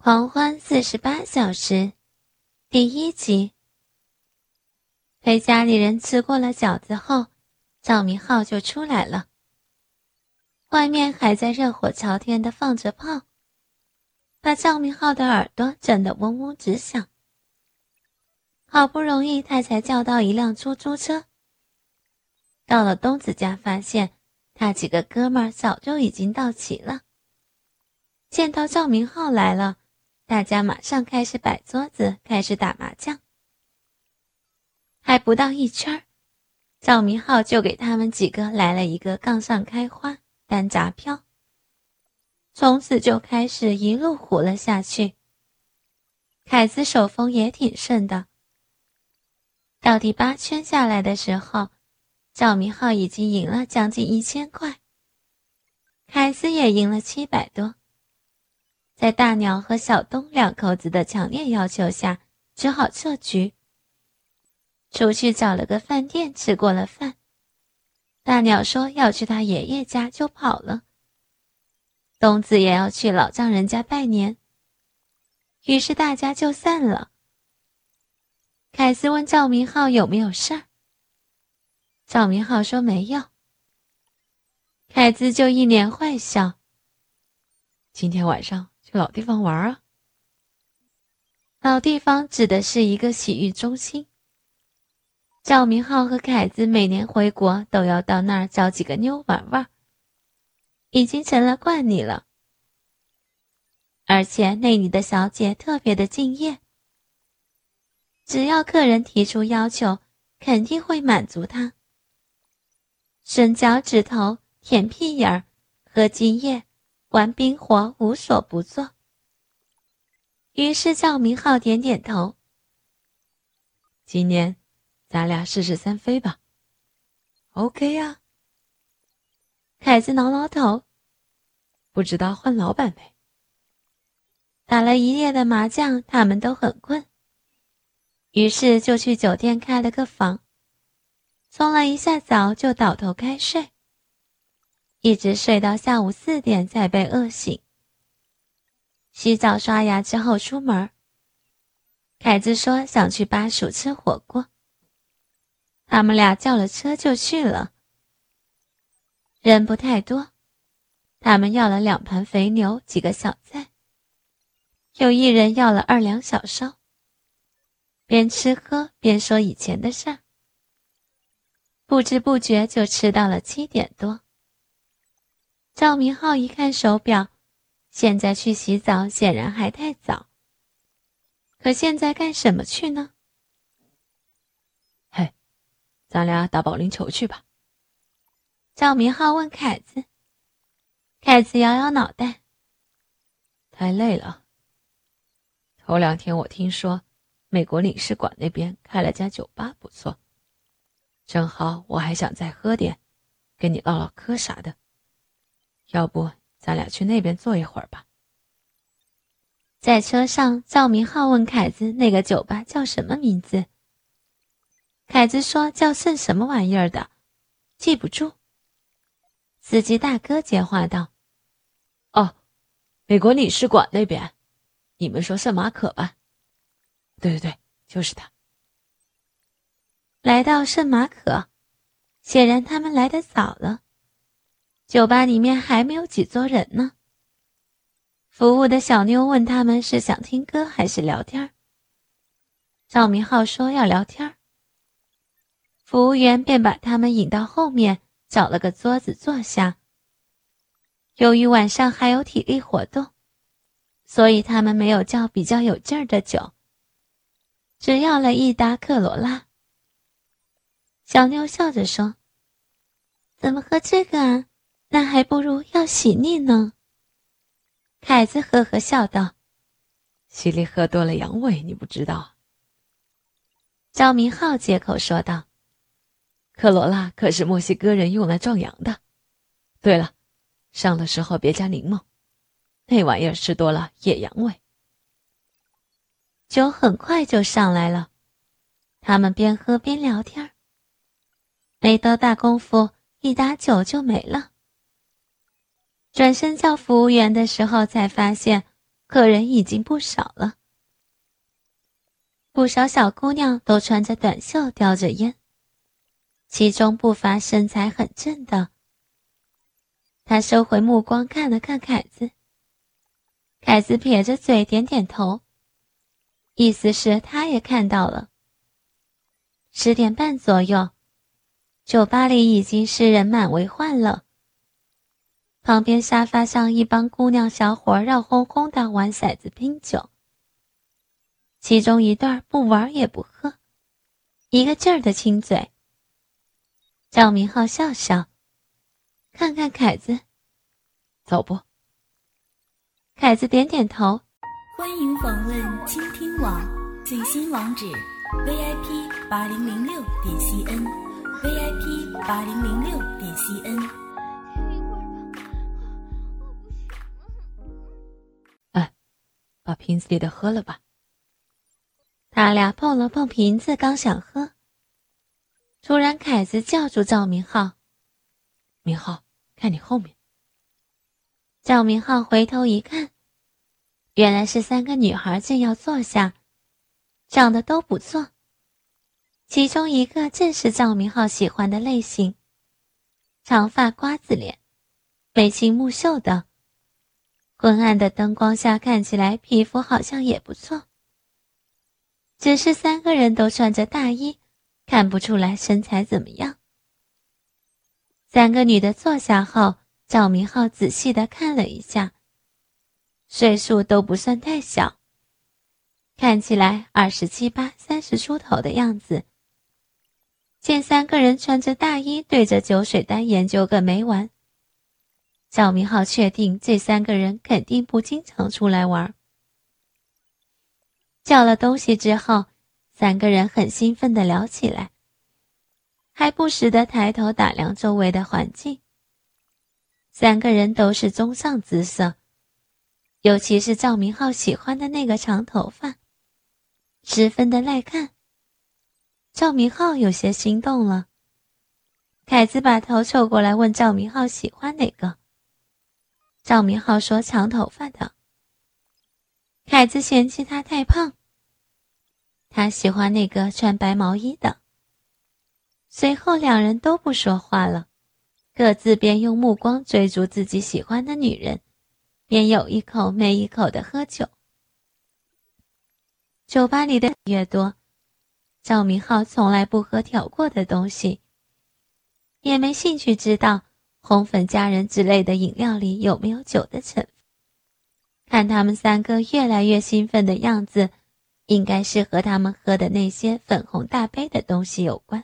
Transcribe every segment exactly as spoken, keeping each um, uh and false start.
狂欢四十八小时第一集。陪家里人吃过了饺子后，赵明浩就出来了。外面还在热火朝天地放着炮，把赵明浩的耳朵震得嗡嗡直响。好不容易他才叫到一辆出租车。到了东子家，发现他几个哥们儿早就已经到齐了。见到赵明浩来了，大家马上开始摆桌子，开始打麻将。还不到一圈，赵明浩就给他们几个来了一个杠上开花单闸票，从此就开始一路胡了下去。凯子手风也挺顺的，到第八圈下来的时候，赵明浩已经赢了将近一千块，凯子也赢了七百多。在大鸟和小东两口子的强烈要求下，只好撤局，出去找了个饭店吃过了饭。大鸟说要去他爷爷家就跑了，东子也要去老丈人家拜年，于是大家就散了。凯斯问赵明浩有没有事儿，赵明浩说没有，凯子就一脸坏笑， 今天晚上去老地方玩啊。 老地方指的是一个洗浴中心，赵明浩和凯子每年回国都要到那儿找几个妞玩玩，已经成了惯例了。而且那里的小姐特别的敬业，只要客人提出要求，肯定会满足他。吮脚趾头、舔屁眼儿、喝精液、玩冰火无所不做。于是赵明浩点点头， 今年咱俩试试三飞吧。 OK 呀、啊。 凯子挠挠头， 不知道换老板没。 打了一夜的麻将，他们都很困，于是就去酒店开了个房，冲了一下澡就倒头开睡，一直睡到下午四点才被饿醒。洗澡刷牙之后出门，凯子说想去巴蜀吃火锅，他们俩叫了车就去了。人不太多，他们要了两盘肥牛，几个小菜，有一人要了二两小烧，边吃喝边说以前的事儿。不知不觉就吃到了七点多。赵明浩一看手表，现在去洗澡显然还太早，可现在干什么去呢？ 嘿，咱俩打保龄球去吧。 赵明浩问凯子，凯子摇摇脑袋， 太累了。头两天我听说美国领事馆那边开了家酒吧不错，正好我还想再喝点，跟你唠唠嗑啥的，要不咱俩去那边坐一会儿吧。 在车上，赵明浩问凯子那个酒吧叫什么名字。凯子说叫剩什么玩意儿的，记不住。司机大哥接话道， 哦，美国领事馆那边，你们说圣马可吧？对对对，就是他。 来到圣马可，显然他们来得早了，酒吧里面还没有几桌人呢。服务的小妞问他们是想听歌还是聊天。赵明浩说要聊天，服务员便把他们引到后面，找了个桌子坐下。由于晚上还有体力活动，所以他们没有叫比较有劲儿的酒，只要了一打克罗拉。小妞笑着说，怎么喝这个啊？那还不如要喜力呢。凯子呵呵笑道， 喜力喝多了阳痿，你不知道。 赵明浩接口说道， 克罗拉可是墨西哥人用来壮阳的。对了，上的时候别加柠檬，那玩意儿吃多了也阳痿。 酒很快就上来了，他们边喝边聊天，没多大功夫，一打酒就没了。转身叫服务员的时候才发现客人已经不少了。不少小姑娘都穿着短袖叼着烟，其中不乏身材很正的。她收回目光看了看凯子，凯子撇着嘴点点头，意思是他也看到了。十点半左右，酒吧里已经是人满为患了。旁边沙发上一帮姑娘小伙绕哄哄地玩骰子拼酒，其中一对不玩也不喝，一个劲儿地亲嘴。赵明浩笑笑，看看凯子， 走不？ 凯子点点头。 欢迎访问倾听网，最新网址 v i p 八零零六点 c n v i p 八零零六点 c n。 哎，把瓶子里的喝了吧。 他俩碰了碰瓶子，刚想喝，突然凯子叫住赵明浩：“ 明浩，看你后面。” 赵明浩回头一看，原来是三个女孩正要坐下，长得都不错。其中一个正是赵明浩喜欢的类型，长发瓜子脸，眉清目秀的，昏暗的灯光下看起来皮肤好像也不错。只是三个人都穿着大衣，看不出来身材怎么样。三个女的坐下后，赵明浩仔细地看了一下，岁数都不算太小，看起来二十七八、三十出头的样子。见三个人穿着大衣对着酒水单研究个没完，赵明浩确定这三个人肯定不经常出来玩。叫了东西之后，三个人很兴奋地聊起来，还不时地抬头打量周围的环境。三个人都是中上姿色，尤其是赵明浩喜欢的那个长头发，十分的耐看。赵明浩有些心动了。凯子把头凑过来问赵明浩喜欢哪个。赵明浩说长头发的。凯子嫌弃他太胖，他喜欢那个穿白毛衣的。随后两人都不说话了，各自边用目光追逐自己喜欢的女人，边有一口没一口的喝酒。酒吧里的越多，赵明浩从来不喝调过的东西，也没兴趣知道红粉佳人之类的饮料里有没有酒的成分。看他们三个越来越兴奋的样子，应该是和他们喝的那些粉红大杯的东西有关。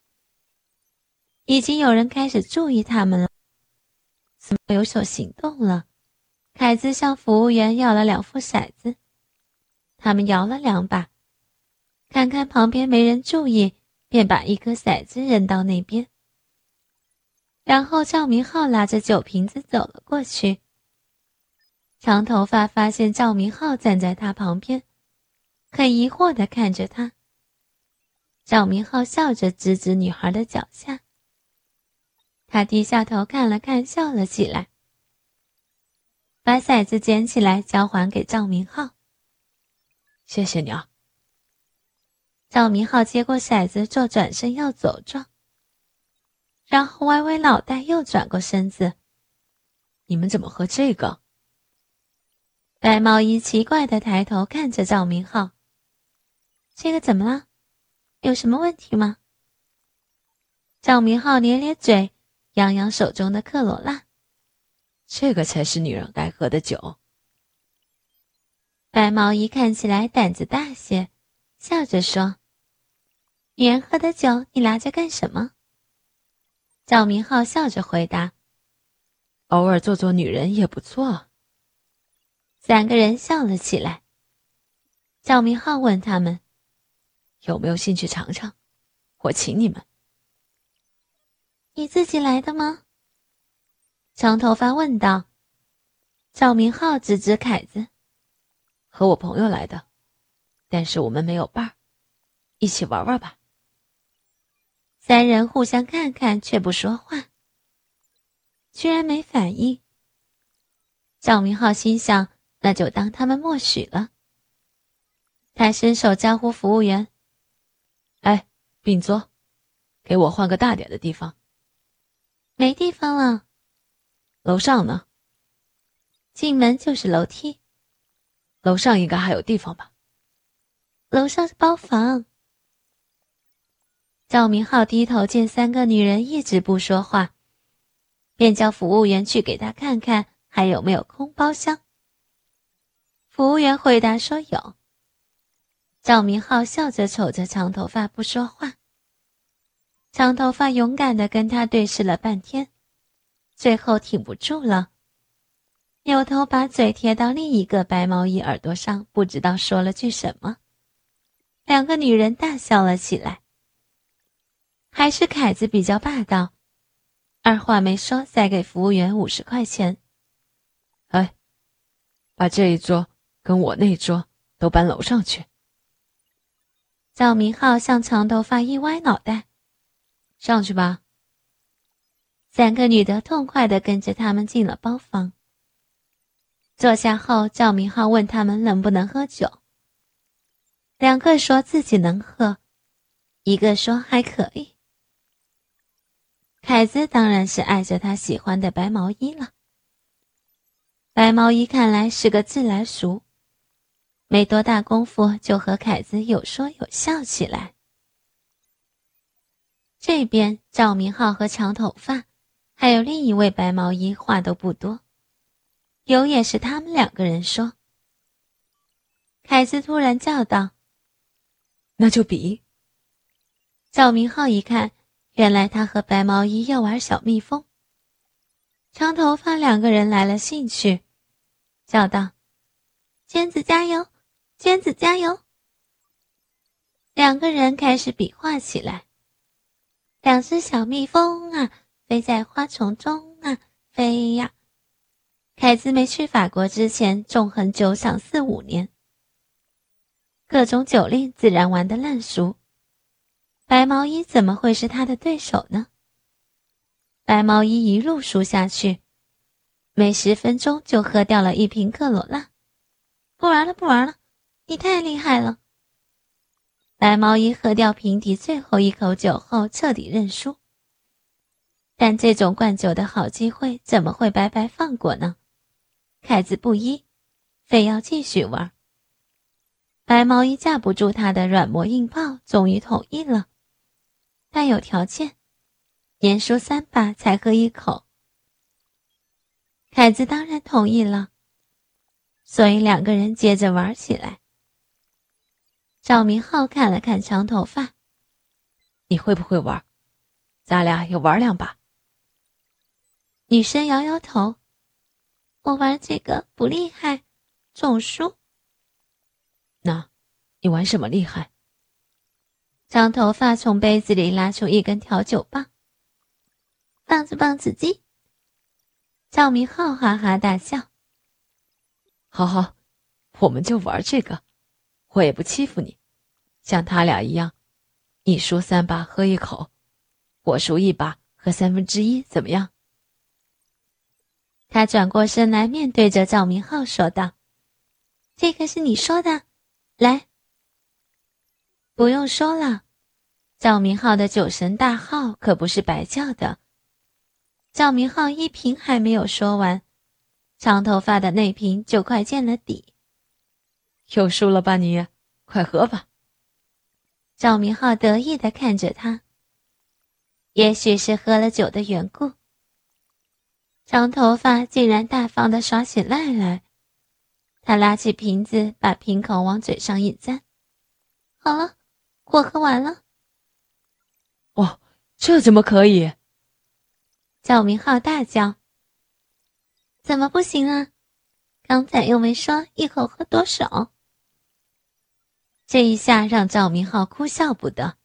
已经有人开始注意他们了，似乎有所行动了。凯子向服务员要了两副骰子，他们摇了两把，看看旁边没人注意，便把一颗骰子扔到那边。然后赵明浩拿着酒瓶子走了过去。长头发发现赵明浩站在他旁边，很疑惑地看着他。赵明浩笑着指指女孩的脚下，他低下头看了看，笑了起来，把骰子捡起来交还给赵明浩。 谢谢你啊。 赵明浩接过骰子，做转身要走状，然后歪歪脑袋又转过身子。 你们怎么喝这个？ 白毛衣奇怪地抬头看着赵明浩。这个怎么了？有什么问题吗？赵明浩咧咧嘴，扬扬手中的克罗拉。 这个才是女人该喝的酒。 白毛衣看起来胆子大些，笑着说：女人喝的酒你拿着干什么？赵明浩笑着回答： 偶尔做做女人也不错。 三个人笑了起来。赵明浩问他们： 有没有兴趣尝尝？我请你们。 你自己来的吗？长头发问道。赵明浩指指凯子： 和我朋友来的，但是我们没有伴儿，一起玩玩吧。 三人互相看看，却不说话，居然没反应。赵明浩心想， 那就当他们默许了。他伸手招呼服务员： 哎，并桌，给我换个大点的地方。 没地方了。 楼上呢？ 进门就是楼梯。 楼上应该还有地方吧？ 楼上是包房。赵明浩低头见三个女人一直不说话，便叫服务员去给他看看还有没有空包厢。服务员回答说有。赵明浩笑着瞅着长头发不说话。长头发勇敢地跟他对视了半天，最后挺不住了，扭头把嘴贴到另一个白毛衣耳朵上，不知道说了句什么。两个女人大笑了起来。还是凯子比较霸道，二话没说再给服务员五十块钱。 哎，把这一桌跟我那桌都搬楼上去。 赵明浩向长头发一歪脑袋， 上去吧。 三个女的痛快地跟着他们进了包房。坐下后，赵明浩问他们能不能喝酒。两个说自己能喝，一个说还可以。凯子当然是爱着他喜欢的白毛衣了。白毛衣看来是个自来熟，没多大功夫就和凯子有说有笑起来。这边赵明浩和长头发还有另一位白毛衣话都不多，有也是他们两个人说。凯子突然叫道： 那就比。 赵明浩一看，原来他和白毛衣要玩小蜜蜂。长头发两个人来了兴趣，叫道：娟子加油，娟子加油。两个人开始比划起来。两只小蜜蜂啊，飞在花丛中啊，飞呀。凯子没去法国之前纵横酒场四五年，各种酒令自然玩得烂熟。白毛衣怎么会是他的对手呢？白毛衣一路输下去，没十分钟就喝掉了一瓶克罗拉。不玩了不玩了，你太厉害了。白毛衣喝掉瓶底最后一口酒后彻底认输。但这种灌酒的好机会怎么会白白放过呢？凯子不依，非要继续玩。白毛衣架不住他的软磨硬泡，终于同意了，但有条件，连输三把才喝一口。凯子当然同意了，所以两个人接着玩起来。赵明浩看了看长头发： 你会不会玩？咱俩也玩两把。 女生摇摇头：我玩这个不厉害，总输。 那你玩什么厉害？ 长头发从杯子里拉出一根调酒棒。棒子棒子鸡。赵明浩哈哈大笑。 好好，我们就玩这个，我也不欺负你，像他俩一样，你输三把喝一口，我输一把喝三分之一，怎么样？ 他转过身来面对着赵明浩说道：这个是你说的，来。不用说了，赵明浩的酒神大号可不是白叫的。赵明浩一瓶还没有说完，长头发的那瓶就快见了底。 又输了吧你，快喝吧。 赵明浩得意地看着他，也许是喝了酒的缘故，长头发竟然大方地耍起赖来。他拉起瓶子，把瓶口往嘴上一沾。好了，我喝完了。 哇，这怎么可以？ 赵明浩大叫。怎么不行啊？刚才又没说一口喝多少。这一下让赵明浩哭笑不得。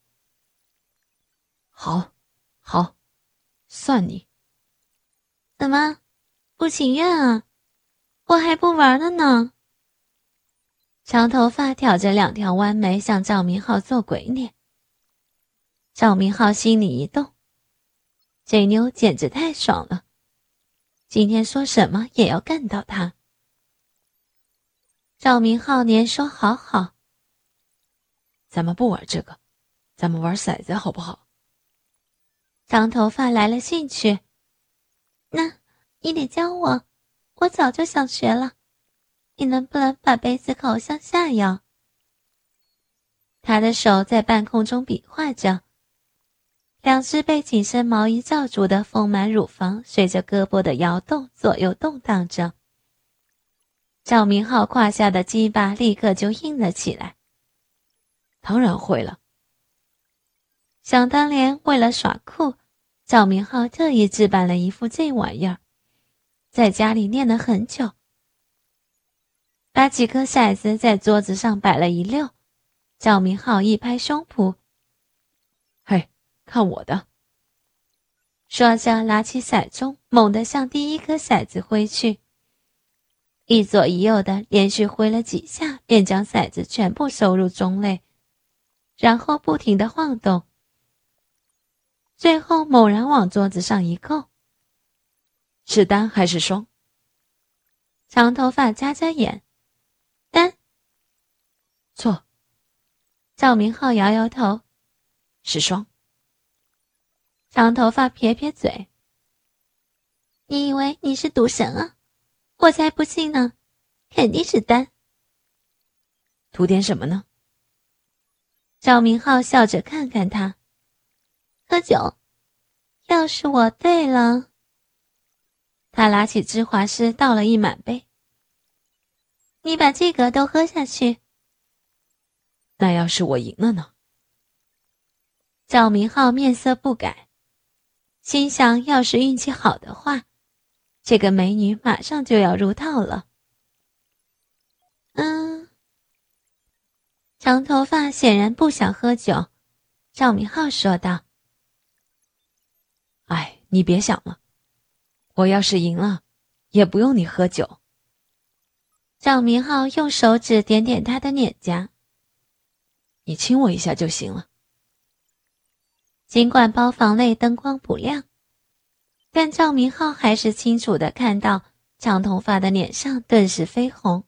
好，好，算你。 怎么，不情愿啊？我还不玩了呢。长头发挑着两条弯眉向赵明浩做鬼脸。赵明浩心里一动，这妞简直太爽了，今天说什么也要干到她。 赵明浩连说好好。 咱们不玩这个，咱们玩骰子好不好？ 长头发来了兴趣。那你得教我，我早就想学了。你能不能把杯子口向下摇？他的手在半空中比划着，两只被紧身毛衣罩住的丰满乳房随着胳膊的摇动左右动荡着。赵明浩胯下的鸡巴立刻就硬了起来。 当然会了。 想当年为了耍酷，赵明浩特意置办了一副这玩意儿，在家里练了很久。把几颗骰子在桌子上摆了一溜，赵明浩一拍胸脯： 嘿，看我的！ 说着拿起骰盅，猛地向第一颗骰子挥去，一左一右的连续挥了几下，便将骰子全部收入盅内，然后不停地晃动，最后猛然往桌子上一扣。 是单还是双？ 长头发眨眨眼。单。 错。 赵明浩摇摇头。 是双。 长头发撇撇嘴。你以为你是赌神啊？我才不信呢，肯定是单。 赌点什么呢？ 赵明浩笑着看看他。喝酒。要是我对了。他拿起芝华士倒了一满杯。你把这个都喝下去。 那要是我赢了呢？ 赵明浩面色不改，心想要是运气好的话，这个美女马上就要入套了。嗯。长头发显然不想喝酒，赵明浩说道。 哎，你别想了，我要是赢了，也不用你喝酒。 赵明浩用手指点点他的脸颊。 你亲我一下就行了。 尽管包房内灯光不亮，但赵明浩还是清楚地看到长头发的脸上顿时绯红。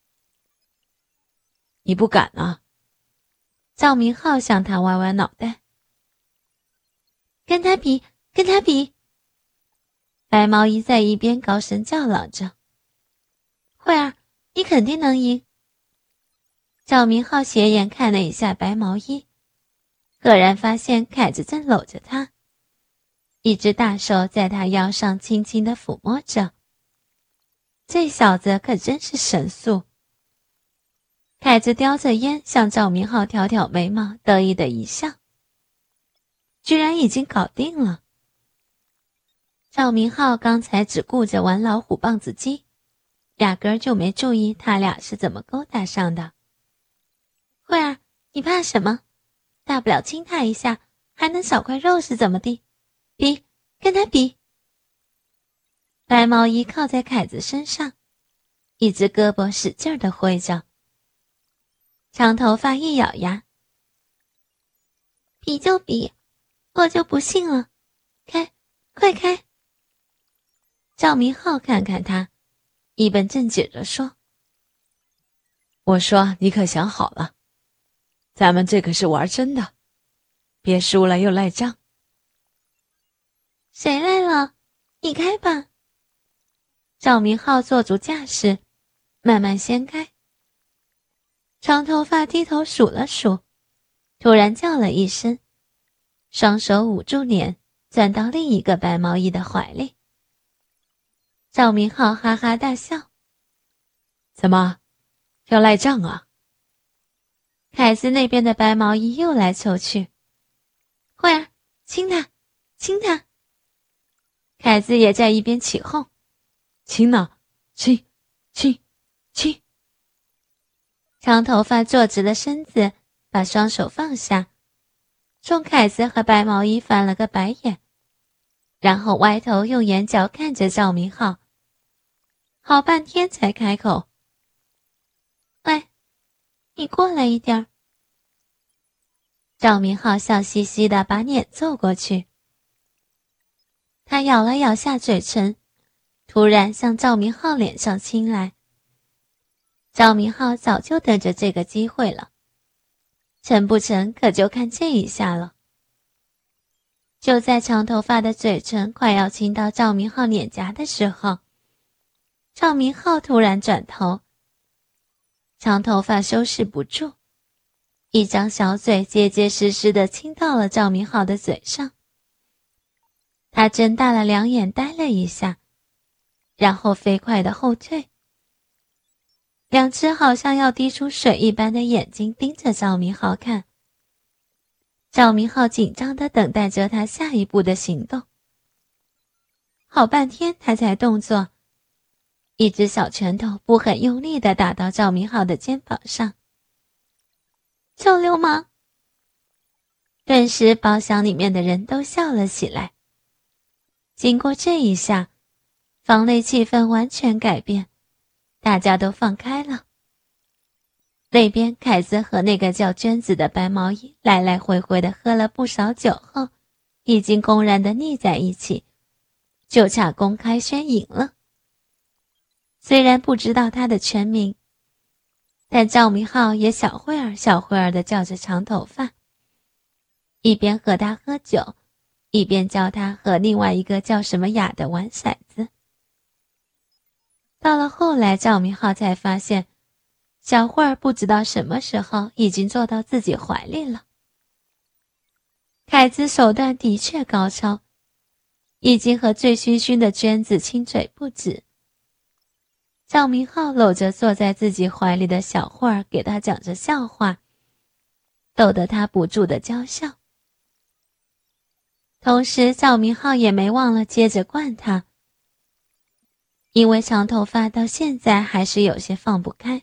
你不敢啊？ 赵明浩向他歪歪脑袋。跟他比，跟他比！白毛衣在一边高声叫嚷着。慧儿，你肯定能赢。赵明浩斜眼看了一下白毛衣，赫然发现凯子正搂着他，一只大手在他腰上轻轻地抚摸着。这小子可真是神速。凯子叼着烟向赵明浩挑挑眉毛，得意的一笑。居然已经搞定了。赵明浩刚才只顾着玩老虎棒子鸡，压根儿就没注意他俩是怎么勾搭上的。慧儿，你怕什么？大不了亲他一下，还能少块肉是怎么地？比，跟他比。白毛衣靠在凯子身上，一只胳膊使劲地挥着。长头发一咬牙，比就比，我就不信了。开，快开！赵明浩看看他，一本正经地说： 我说你可想好了，咱们这可是玩真的，别输了又赖账。 谁来了？你开吧。赵明浩做足架势，慢慢掀开。长头发低头数了数，突然叫了一声，双手捂住脸，钻到另一个白毛衣的怀里。赵明浩哈哈大笑。 怎么，要赖账啊？ 凯斯那边的白毛衣又来凑去。慧儿，亲他，亲他。凯斯也在一边起哄。 亲呢？亲，亲，亲。 长头发坐直了身子，把双手放下，冲凯斯和白毛衣翻了个白眼，然后歪头用眼角看着赵明浩，好半天才开口：喂，你过来一点儿。赵明浩笑嘻嘻地把脸凑过去，他咬了咬下嘴唇，突然向赵明浩脸上亲来。 赵明浩早就等着这个机会了，成不成可就看这一下了。就在长头发的嘴唇快要亲到赵明浩脸颊的时候，赵明浩突然转头，长头发收拾不住，一张小嘴结结实实地亲到了赵明浩的嘴上。他睁大了两眼呆了一下，然后飞快地后退，两只好像要滴出水一般的眼睛盯着赵明浩看。赵明浩紧张地等待着他下一步的行动。好半天他才动作，一只小拳头不很用力地打到赵明浩的肩膀上。臭流氓！顿时包厢里面的人都笑了起来。经过这一下，房内气氛完全改变，大家都放开了。那边凯子和那个叫娟子的白毛衣来来回回的喝了不少酒后，已经公然的腻在一起，就差公开宣饮了。虽然不知道他的全名，但赵明浩也小慧儿小慧儿的叫着长头发，一边和他喝酒，一边教他和另外一个叫什么雅的玩骰子。到了后来，赵明浩才发现小慧儿不知道什么时候已经坐到自己怀里了。凯子手段的确高超，已经和醉醺醺的娟子亲嘴不止。赵明浩搂着坐在自己怀里的小慧儿，给他讲着笑话，逗得他不住的娇笑。同时赵明浩也没忘了接着灌他，因为长头发到现在还是有些放不开。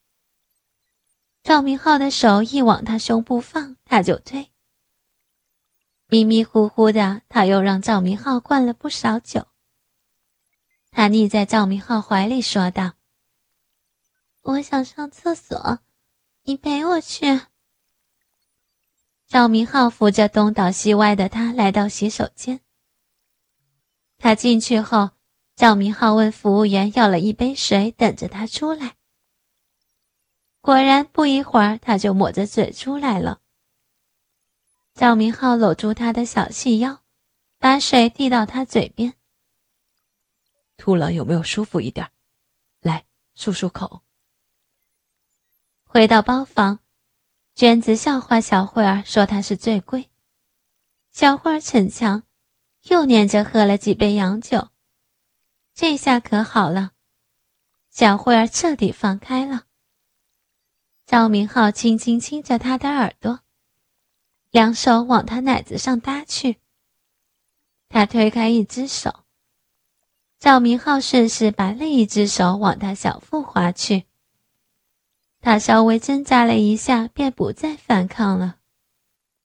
赵明浩的手一往他胸部放，他就推。迷迷糊糊的，他又让赵明浩灌了不少酒。他腻在赵明浩怀里说道：我想上厕所，你陪我去。赵明浩扶着东倒西歪的他来到洗手间。他进去后，赵明浩问服务员要了一杯水，等着他出来。果然不一会儿他就抹着嘴出来了。赵明浩搂住他的小细腰，把水递到他嘴边。 吐了有没有舒服一点？来，漱漱口。 回到包房，娟子笑话小慧儿说她是醉鬼。小慧儿逞强，又连着喝了几杯洋酒。这下可好了，小慧儿彻底放开了。赵明浩轻轻亲着她的耳朵，两手往她奶子上搭去。他推开一只手，赵明浩顺势把另一只手往她小腹滑去。他稍微挣扎了一下，便不再反抗了。